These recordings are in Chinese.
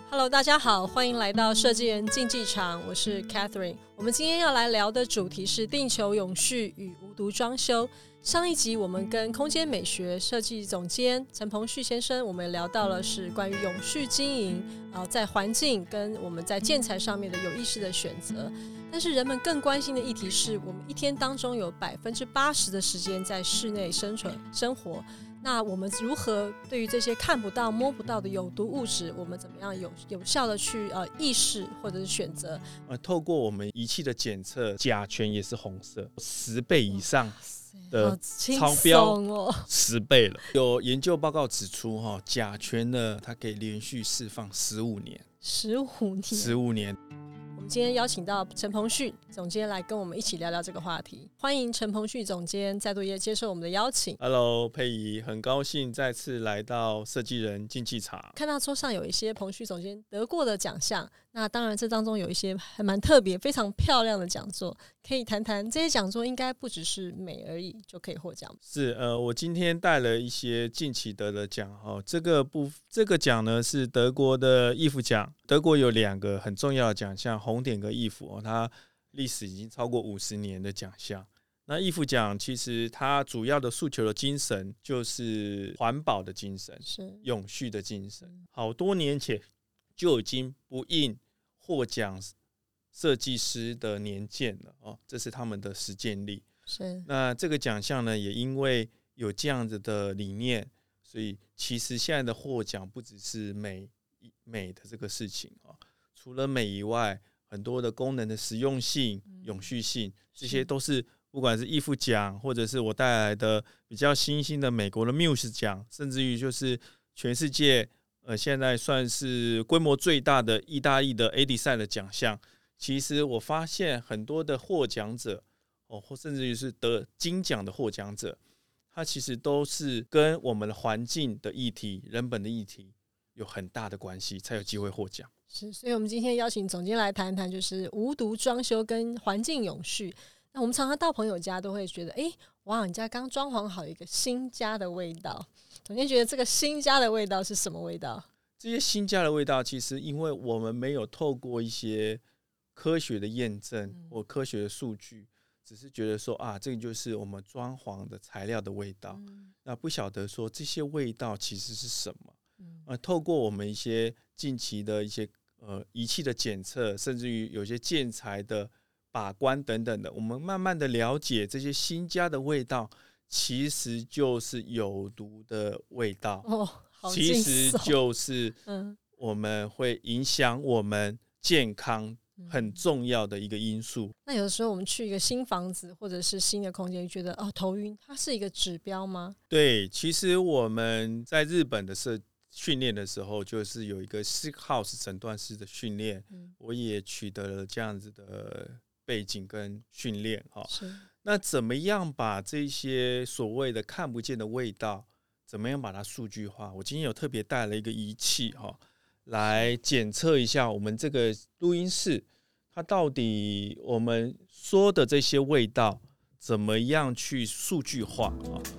Hello， 大家好，欢迎来到设计人竞技场，我是 Catherine。我们今天要来聊的主题是地球永续与无毒装修。上一集我们跟空间美学设计总监陈鹏旭先生，我们聊到了是关于永续经营，在环境跟我们在建材上面的有意识的选择。但是人们更关心的议题是，我们一天当中有80%的时间在室内生活。那我们如何对于这些看不到摸不到的有毒物质，我们怎么样有效的去意识或者是选择？ 透过我们仪器的检测，甲醛也是红色，10倍以上的超标，10倍了。有研究报告指出，甲醛呢，它可以连续释放15年。15年。 我们今天邀请到陈鹏旭总监来跟我们一起聊聊这个话题。欢迎陈鹏旭总监再度也接受我们的邀请。 Hello， 佩仪，很高兴再次来到设计人竞技场。 看到桌上有一些鹏旭总监得过的奖项，那当然这当中有一些还蛮特别、非常漂亮的讲座，可以谈谈这些讲座应该不只是美而已就可以获奖。 是，我今天带了一些近期得的奖，这个奖呢是德国的IF奖。德国有2个很重要的奖项，红点跟IF，它历史已经超过50年的奖项。那IF奖其实它主要的诉求的精神就是环保的精神，是永续的精神。好多年前就已经不印获奖设计师的年鉴了，这是他们的实践力。 是。那这个奖项呢，也因为有这样子的理念，所以其实现在的获奖不只是美的这个事情，除了美以外，很多的功能的实用性、永续性，这些都是不管是IF奖，或者是我带来的比较新兴的美国的 Muse 奖，甚至于就是全世界现在算是规模最大的意大利的 ADSI 的奖项。其实我发现很多的获奖者，或甚至于是得金奖的获奖者，他其实都是跟我们的环境的议题、人本的议题有很大的关系，才有机会获奖。 是，所以我们今天邀请总监来谈谈，就是无毒装修跟环境永续。那我们常常到朋友家都会觉得，哇，你家刚装潢好一个新家的味道。总监觉得这个新家的味道是什么味道？ 这些新家的味道，其实因为我们没有透过一些科学的验证或科学的数据，只是觉得说这个就是我们装潢的材料的味道，那不晓得说这些味道其实是什么。透过我们一些近期的一些仪器的检测，甚至于有些建材的把关等等的，我们慢慢的了解这些新家的味道其实就是有毒的味道，其实就是我们会影响我们健康很重要的一个因素。 那有的时候我们去一个新房子或者是新的空间，觉得头晕，它是一个指标吗？ 对，其实我们在日本的训练的时候，就是有一个 Sick House 诊断师的训练，我也取得了这样子的背景跟训练。那怎么样把这些所谓的看不见的味道，怎么样把它数据化？我今天有特别带了一个仪器来检测一下我们这个录音室，它到底我们说的这些味道怎么样去数据化。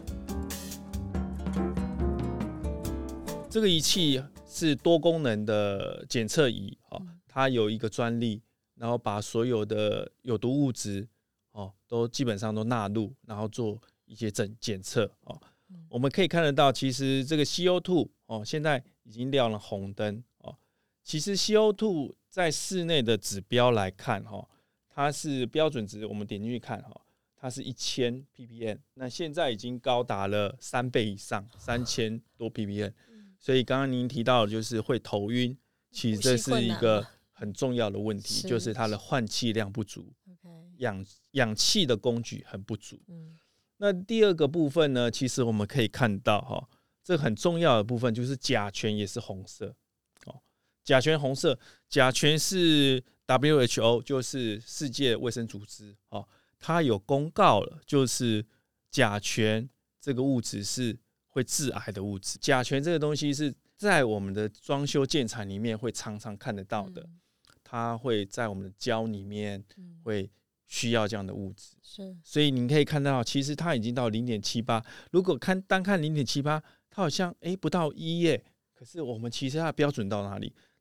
这个仪器是多功能的检测仪，它有一个专利，然后把所有的有毒物质都基本上都纳入，然后做一些检测。我们可以看得到，其实这个 CO2 现在已经亮了红灯。其实 CO2 在室内的指标来看，它是标准值，我们点进去看，它是1000 ppm， 那现在已经高达了3倍以上，3000多 ppm。所以刚刚您提到的就是会头晕，其实这是一个很重要的问题，就是它的换气量不足，氧气的供给很不足。那第二个部分呢，其实我们可以看到这个很重要的部分就是甲醛也是红色。甲醛红色，甲醛是 WHO 就是世界卫生组织它有公告了，就是甲醛这个物质是会致癌的物质。甲醛这个东西是在我们的装修建材里面会常常看得到的，它会在我们的胶里面会需要这样的物质。所以您可以看到，其实它已经到 0.78， 如果单看 0.78， 它好像不到1耶，可是我们其实它的标准到哪里？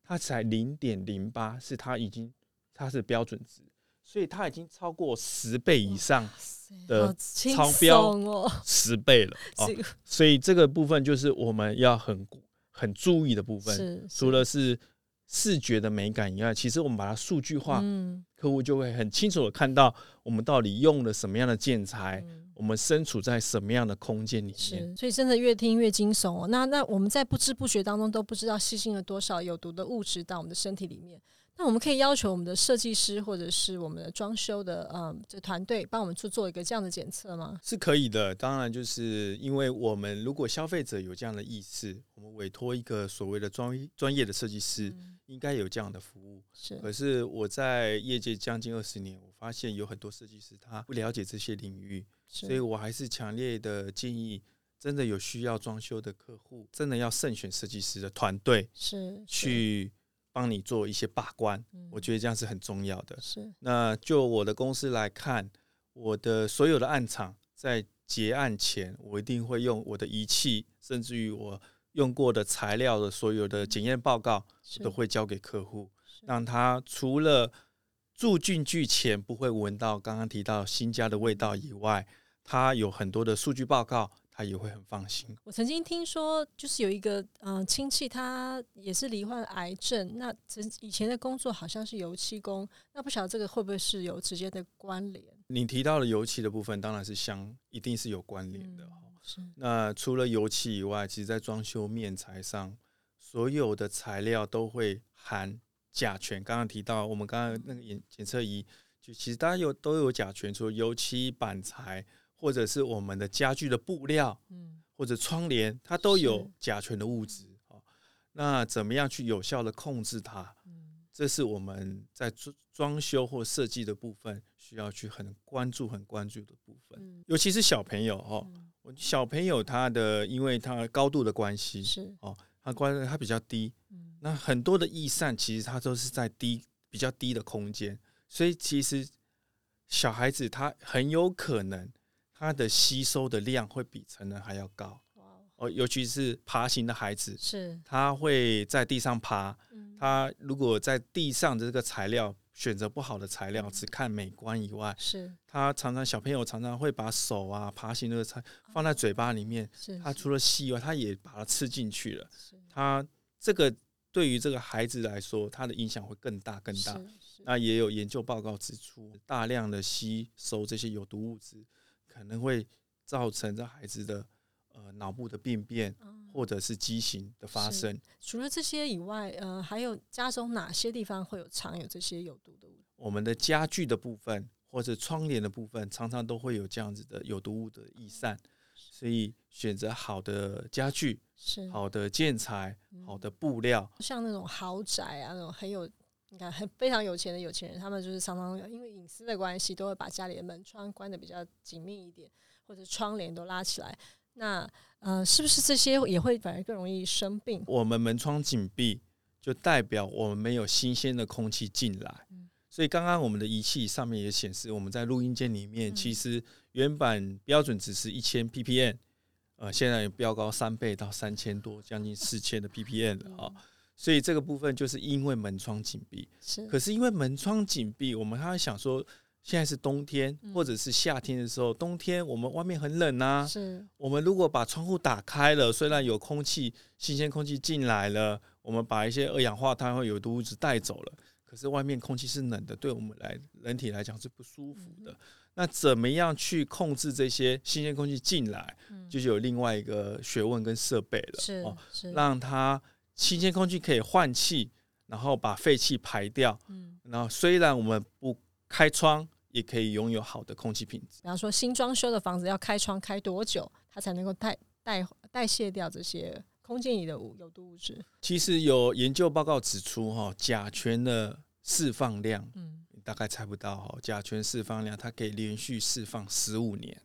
它才0.08，是它是标准值，所以它已经超过10倍以上的超标10倍了、所以这个部分就是我们要很注意的部分。除了是视觉的美感以外，其实我们把它数据化，客户就会很清楚的看到我们到底用了什么样的建材，我们身处在什么样的空间里面。 所以真的越听越惊悚哦。那我们在不知不觉当中都不知道吸进了多少有毒的物质到我们的身体里面。那我们可以要求我们的设计师或者是我们的装修的这团队帮我们做一个这样的检测吗？ 是可以的，当然就是因为我们如果消费者有这样的意识，我们委托一个所谓的专业的设计师，应该有这样的服务。可是我在业界将近20年，我发现有很多设计师他不了解这些领域，所以我还是强烈的建议，真的有需要装修的客户，真的要慎选设计师的团队，去帮你做一些把关，我觉得这样是很重要的。那就我的公司来看，我的所有的案场在结案前，我一定会用我的仪器，甚至于我用过的材料的所有的检验报告，我都会交给客户，让他除了住进去前不会闻到刚刚提到新家的味道以外，他有很多的数据报告，他也会很放心。 我曾经听说，就是有一个亲戚，他也是罹患癌症，那以前的工作好像是油漆工，那不晓得这个会不会是有直接的关联？ 你提到的油漆的部分，当然是一定是有关联的。那除了油漆以外，其实在装修面材上，所有的材料都会含甲醛。刚刚提到我们刚刚那个检测仪，就其实大家都有甲醛，除了油漆、板材，或者是我们的家具的布料，或者窗帘，它都有甲醛的物质。那怎么样去有效的控制它？这是我们在装修或设计的部分需要去很关注的部分。尤其是小朋友小朋友因为他高度的关系，他比较低，那很多的逸散其实他都是在比较低的空间，所以其实小孩子他很有可能他的吸收的量会比成人还要高。尤其是爬行的孩子，他会在地上爬，他如果在地上的这个材料选择不好的材料，只看美观以外，小朋友常常会把手爬行的放在嘴巴里面，他除了吸以外，他也把它吃进去了。他这个对于这个孩子来说，他的影响会更大。那也有研究报告指出，大量的吸收这些有毒物质，可能会造成这孩子的脑部的病变，或者是畸形的发生。 除了这些以外，还有家中哪些地方会常有这些有毒的物质？ 我们的家具的部分或者窗帘的部分，常常都会有这样子的有毒物的逸散。所以选择好的家具、好的建材、好的布料， 像那种豪宅那种非常有钱的有钱人，他们就是常常因为隐私的关系，都会把家里的门窗关得比较紧密一点，或者窗帘都拉起来。那是不是这些也会反而更容易生病？ 我们门窗紧闭，就代表我们没有新鲜的空气进来。所以刚刚我们的仪器上面也显示，我们在录音间里面，其实原版标准值是1000 ppm，现在有飙高3倍到3000多，将近4000的 ppm 了。所以这个部分就是因为门窗紧闭。可是因为门窗紧闭，我们还会想说，现在是冬天或者是夏天的时候，冬天我们外面很冷我们如果把窗户打开了，虽然有新鲜空气进来了，我们把一些二氧化碳或有毒物质带走了，可是外面空气是冷的，对我们人体来讲是不舒服的。那怎么样去控制这些新鲜空气进来，就是有另外一个学问跟设备了。让它新鲜空气可以换气，然后把废气排掉。然后虽然我们不开窗，也可以拥有好的空气品质。 比方说新装修的房子要开窗开多久，它才能够代谢掉这些空间里的有毒物质？ 其实有研究报告指出，甲醛的释放量，大概猜不到，甲醛释放量它可以连续释放15年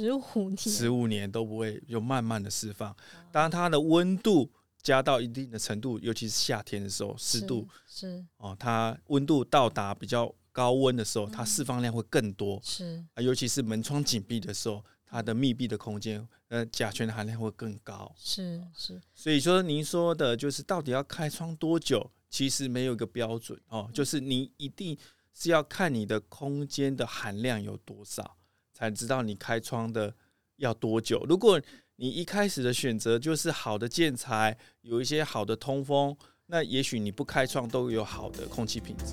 ，15年都不会，就慢慢的释放。当它的温度加到一定的程度，尤其是夏天的时候，湿度它温度到达比较高温的时候，它释放量会更多。尤其是门窗紧闭的时候，它的密闭的空间，甲醛的含量会更高。 是。 所以说您说的就是到底要开窗多久？ 其实没有一个标准就是你一定是要看你的空间的含量有多少，才知道你开窗的要多久。如果你一开始的选择就是好的建材，有一些好的通风，那也许你不开窗都有好的空气品质。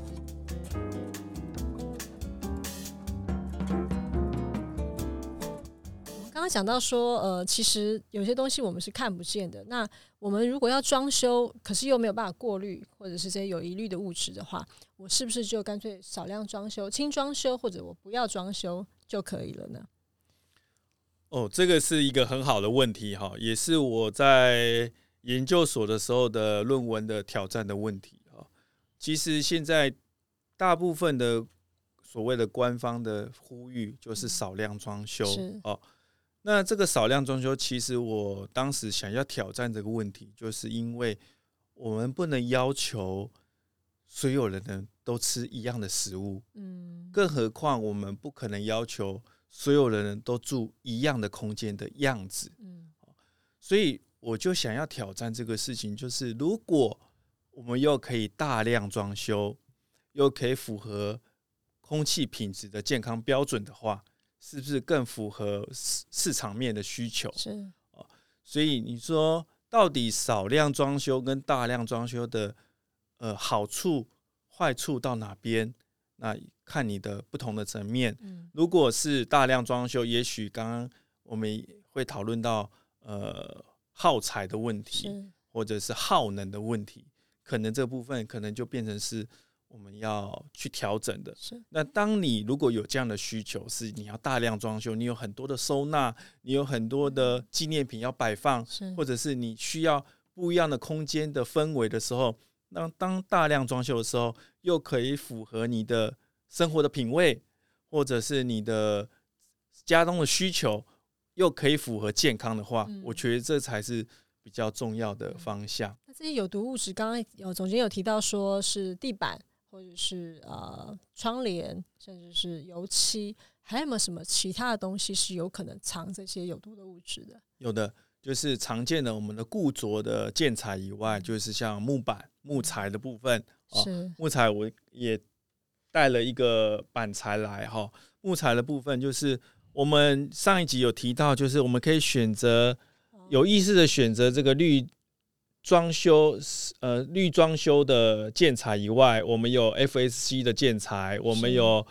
刚刚讲到说，其实有些东西我们是看不见的。那我们如果要装修，可是又没有办法过滤，或者是这些有疑虑的物质的话，我是不是就干脆少量装修、轻装修，或者我不要装修就可以了呢？ 这个是一个很好的问题哈，也是我在研究所的时候的论文的挑战的问题哈。其实现在大部分的所谓的官方的呼吁就是少量装修那这个少量装修，其实我当时想要挑战这个问题，就是因为我们不能要求所有人都吃一样的食物，更何况我们不可能要求所有人都住一样的空间的样子，所以我就想要挑战这个事情，就是如果我们又可以大量装修，又可以符合空气品质的健康标准的话，是不是更符合市场面的需求？ 是， 所以你说到底少量装修跟大量装修的好处坏处到哪边？那看你的不同的层面。如果是大量装修，也许刚刚我们会讨论到耗材的问题，或者是耗能的问题，可能这部分可能就变成是我们要去调整的。那当你如果有这样的需求，是你要大量装修，你有很多的收纳，你有很多的纪念品要摆放，或者是你需要不一样的空间的氛围的时候，那当大量装修的时候，又可以符合你的生活的品味，或者是你的家中的需求，又可以符合健康的话，我觉得这才是比较重要的方向。 那这些有毒物质，刚刚有总监有提到说是地板，或者是窗帘，甚至是油漆，还有没有什么其他的东西是有可能藏这些有毒的物质的？ 有的，就是常见的我们的固着的建材以外，就是像木板、木材的部分。木材我也带了一个板材来哈。木材的部分就是我们上一集有提到，就是我们可以选择有意识的选择这个绿装修的建材以外，我们有 FSC 的建材，我们有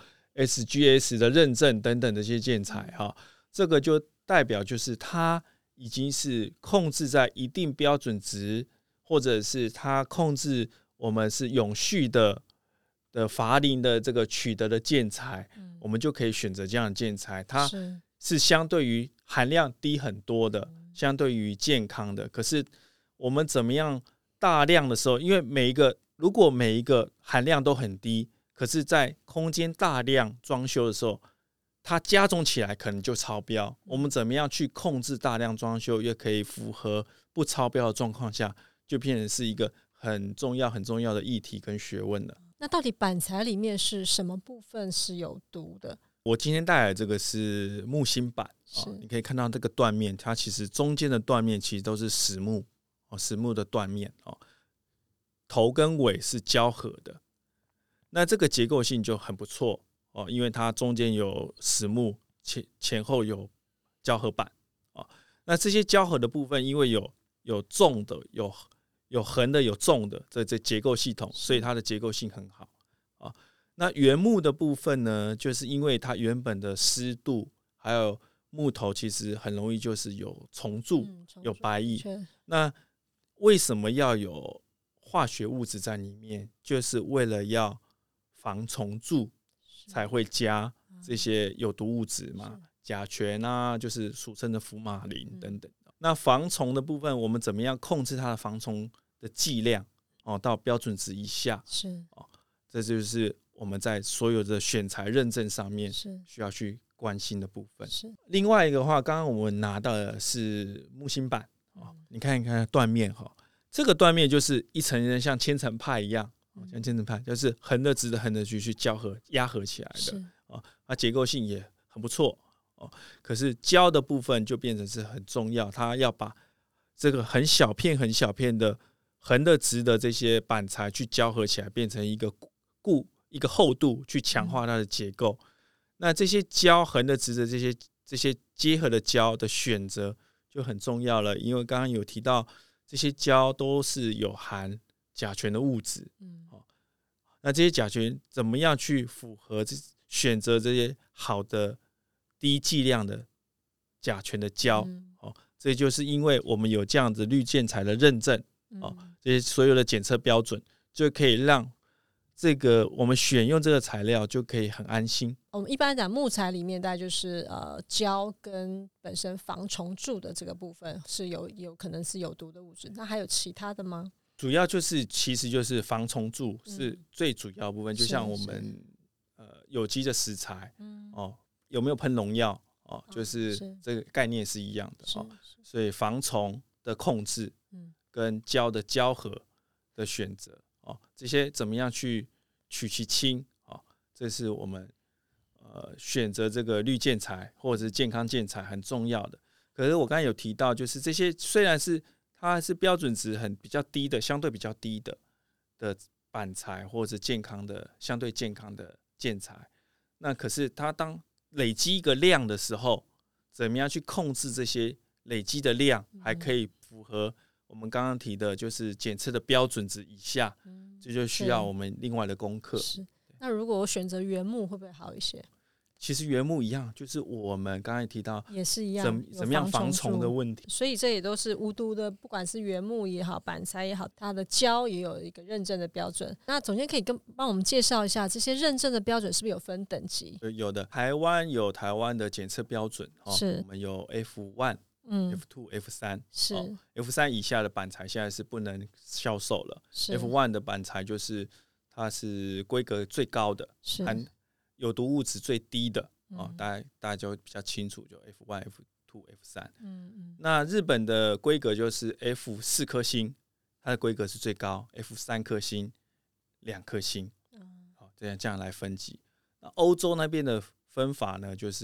SGS 的认证等等的这些建材哈。这个就代表就是它已经是控制在一定标准值，或者是它控制我们是永续的法令的这个取得的建材，我们就可以选择这样的建材。它是相对于含量低很多的，相对于健康的。可是我们怎么样大量的时候，因为如果每一个含量都很低，可是在空间大量装修的时候，它加重起来可能就超标。我们怎么样去控制大量装修，又可以符合不超标的状况下，就变成是一个很重要的议题跟学问了。 那到底板材里面是什么部分是有毒的？ 我今天带来这个是木芯板，你可以看到这个断面，它其实中间的断面其实都是实木的断面，头跟尾是交合的。那这个结构性就很不错因为它中间有实木，前后有交合板那这些交合的部分，因为有重的、有横的、有重的这结构系统，所以它的结构性很好那原木的部分呢，就是因为它原本的湿度还有木头其实很容易就是有虫蛀、有白蚁。那为什么要有化学物质在里面？就是为了要防虫蛀才会加这些有毒物质嘛，甲醛啊，就是俗称的福马林等等。那防虫的部分，我们怎么样控制它的防虫的剂量到标准值以下？这就是我们在所有的选材认证上面需要去关心的部分。另外一个话，刚刚我们拿到的是木芯板你看一看断面这个断面就是一层人像千层派一样，像千层派就是横的直的横的去交合压合起来的它结构性也很不错可是胶的部分就变成是很重要，它要把这个很小片很小片的横的直的这些板材去交合起来，变成一个厚度，去强化它的结构。那这些胶横的直的这些结合的胶的选择就很重要了，因为刚刚有提到这些胶都是有含甲醛的物质，那这些甲醛怎么样去符合选择这些好的低剂量的甲醛的胶？这就是因为我们有这样子绿建材的认证，这些所有的检测标准就可以让这个我们选用这个材料就可以很安心。 我们一般讲木材里面大概就是胶跟本身防虫蛀的这个部分是有可能是有毒的物质，那还有其他的吗？ 主要其实就是防虫蛀是最主要的部分，就像我们有机的食材，有没有喷农药，就是这个概念是一样的，所以防虫的控制跟胶的胶合的选择，这些怎么样去取其轻，这是我们选择这个绿建材或者是健康建材很重要的。可是我刚才有提到，就是这些虽然是它是标准值比较低的，相对比较低的板材或者相对健康的建材，那可是它当累积一个量的时候，怎么样去控制这些累积的量，还可以符合我们刚刚提的，就是检测的标准值以下，这就需要我们另外的功课。 那如果我选择原木会不会好一些？ 其实原木一样，就是我们刚才提到也是一样， 怎么样防虫的问题。 所以这也都是无毒的，不管是原木也好，板材也好，它的胶也有一个认证的标准。那总监可以帮我们介绍一下这些认证的标准是不是有分等级？ 有的，台湾有台湾的检测标准， 是我们有 F1、F2、F3， 是 F3 以下的板材现在是不能销售了。F1 的板材就是它是规格最高的，含有毒物质最低的，大家就比较清楚，就 F1、F2、F3。那日本的规格就是 F4 颗星，它的规格是最高 ，F3 颗星、2颗星，这样来分级。那欧洲那边的分法呢，就是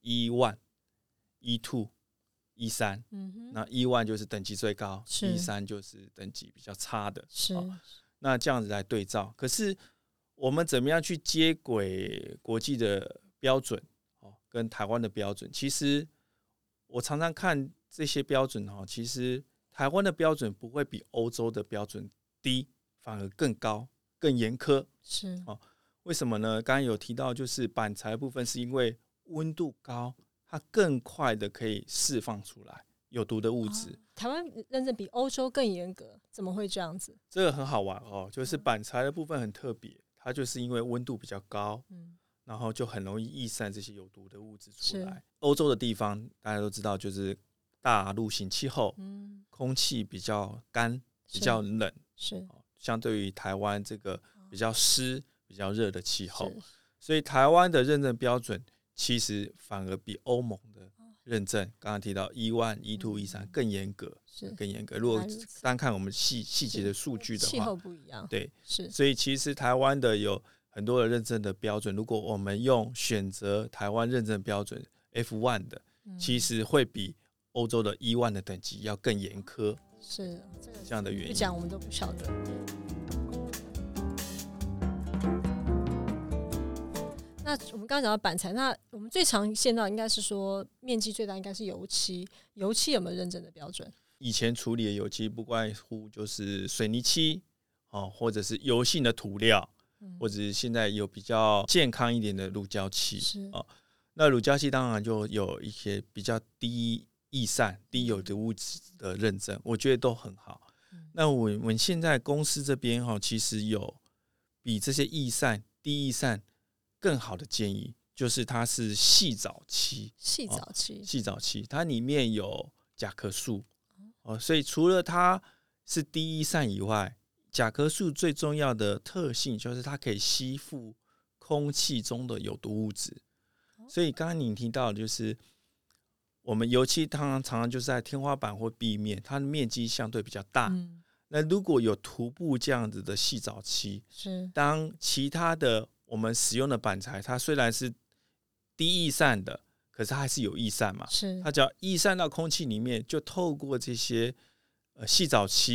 E1、E2、E3，那 E1 就是等级最高，E3 就是等级比较差的，那这样子来对照。可是我们怎么样去接轨国际的标准跟台湾的标准？其实我常常看这些标准，其实台湾的标准不会比欧洲的标准低，反而更高、更严苛。为什么呢？刚刚有提到，就是板材的部分是因为温度高，它更快的可以释放出来有毒的物质。 台湾认证比欧洲更严格，怎么会这样子？ 这个很好玩就是板材的部分很特别。它就是因为温度比较高，然后就很容易逸散这些有毒的物质出来。欧洲的地方大家都知道，就是大陆型气候，空气比较干、比较冷，相对于台湾这个比较湿、比较热的气候，所以台湾的认证标准其实反而比欧盟的认证，刚刚提到 E1、E2、E3 更严格，如果单看我们细节的数据的话， 气候不一样， 对，所以其实台湾的有很多的认证的标准，如果我们选择台湾认证标准 F1 的，其实会比欧洲的 E1 的等级要更严苛，这样的原因。 讲我们都不晓得。那我们刚刚讲到板材，那我们最常见到应该是说面积最大应该是油漆，油漆有没有认证的标准？ 以前处理的油漆不外乎就是水泥漆，或者是油性的涂料，或者是现在有比较健康一点的乳胶漆。那乳胶漆当然就有一些比较低逸散、低有毒物质的认证，我觉得都很好。那我们现在公司这边其实有比这些低逸散更好的建议，就是它是细藻漆，它里面有甲壳素，所以除了它是低逸散以外，甲壳素最重要的特性就是它可以吸附空气中的有毒物质。所以刚刚你提到的就是我们油漆常常就是在天花板或壁面，它的面积相对比较大，那如果有涂布这样子的细藻漆，当其他的我们使用的板材，它虽然是低逸散的，可是它还是有逸散嘛，它只要逸散到空气里面，就透过这些细藻漆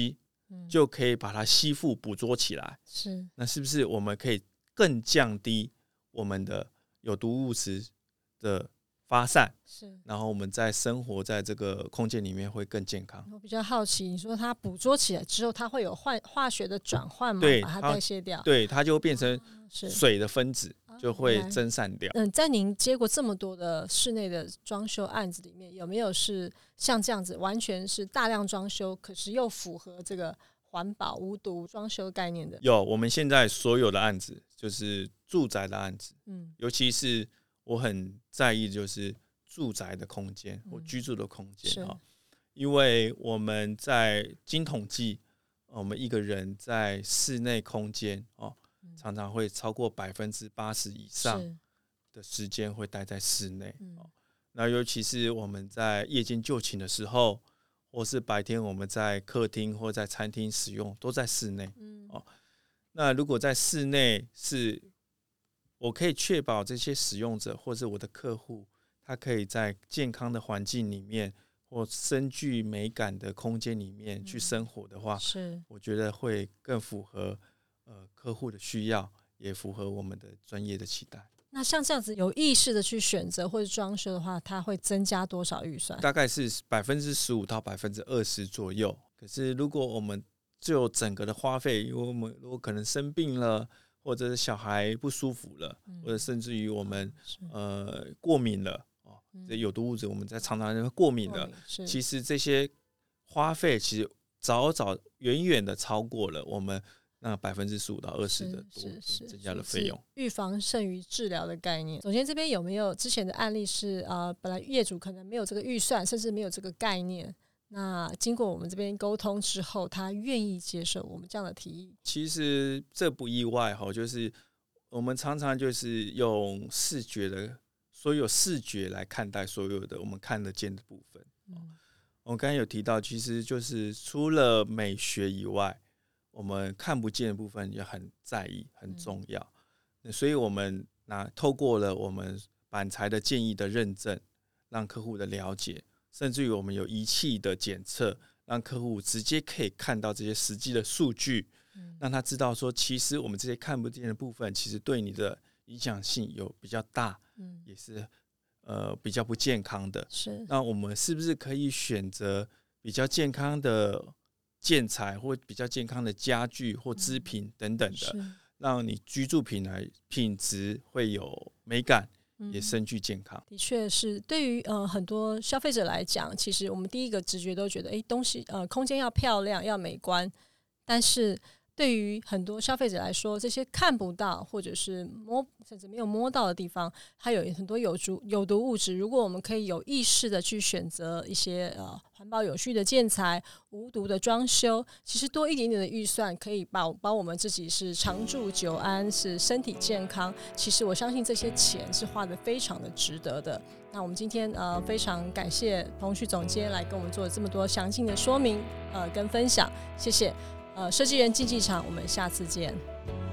就可以把它吸附捕捉起来。 是， 那是不是我们可以更降低我们的有毒物质的发散？是，然后我们在生活在这个空间里面会更健康。 我比较好奇，你说它捕捉起来之后，它会有化学的转换吗？ 对， 把它代谢掉？ 对，它就会变成水的分子，就会蒸散掉。 在您接过这么多的室内的装修案子里面，有没有是像这样子完全是大量装修，可是又符合这个环保无毒装修概念的？ 有，我们现在所有的案子就是住宅的案子，尤其是我很在意就是住宅的空间或居住的空间，因为我们在经统计，我们一个人在室内空间常常会超过80%以上的时间会待在室内。那尤其是我们在夜间就寝的时候，或是白天我们在客厅或在餐厅使用，都在室内。那如果在室内是我可以确保这些使用者或是我的客户，他可以在健康的环境里面或深具美感的空间里面去生活的话，我觉得会更符合客户的需要，也符合我们的专业的期待。 那像这样子有意识的去选择或者装修的话，它会增加多少预算？ 大概是15%到20%左右。可是如果我们就整个的花费，因为我们如果可能生病了，或者是小孩不舒服了，或者甚至于我们过敏了，这有毒物质我们在常常过敏了，其实这些花费其实早远远的超过了我们那15%到20%的多增加的费用。 预防胜于治疗的概念。总监这边有没有之前的案例是本来业主可能没有这个预算，甚至没有这个概念，那经过我们这边沟通之后，他愿意接受我们这样的提议？ 其实这不意外，就是我们常常就是用所有视觉来看待所有的我们看得见的部分。我刚才有提到，其实就是除了美学以外，我们看不见的部分也很在意，很重要。所以我们透过了我们板材的建议的认证，让客户的了解，甚至于我们有仪器的检测，让客户直接可以看到这些实际的数据，让他知道说，其实我们这些看不见的部分，其实对你的影响性有比较大，也是比较不健康的。那我们是不是可以选择比较健康的建材或比较健康的家具或织品等等的，让你居住品质会有美感，也深具健康。 的确是，对于很多消费者来讲，其实我们第一个直觉都觉得，东西空间要漂亮要美观，但是对于很多消费者来说，这些看不到或者是甚至没有摸到的地方，它有很多有毒物质。如果我们可以有意识的去选择一些环保有序的建材、无毒的装修，其实多一点点的预算，可以帮我们自己是长住久安，是身体健康。其实我相信这些钱是花得非常的值得的。那我们今天非常感谢彭旭总监来跟我们做了这么多详尽的说明跟分享，谢谢。设计人竞技场，我们下次见。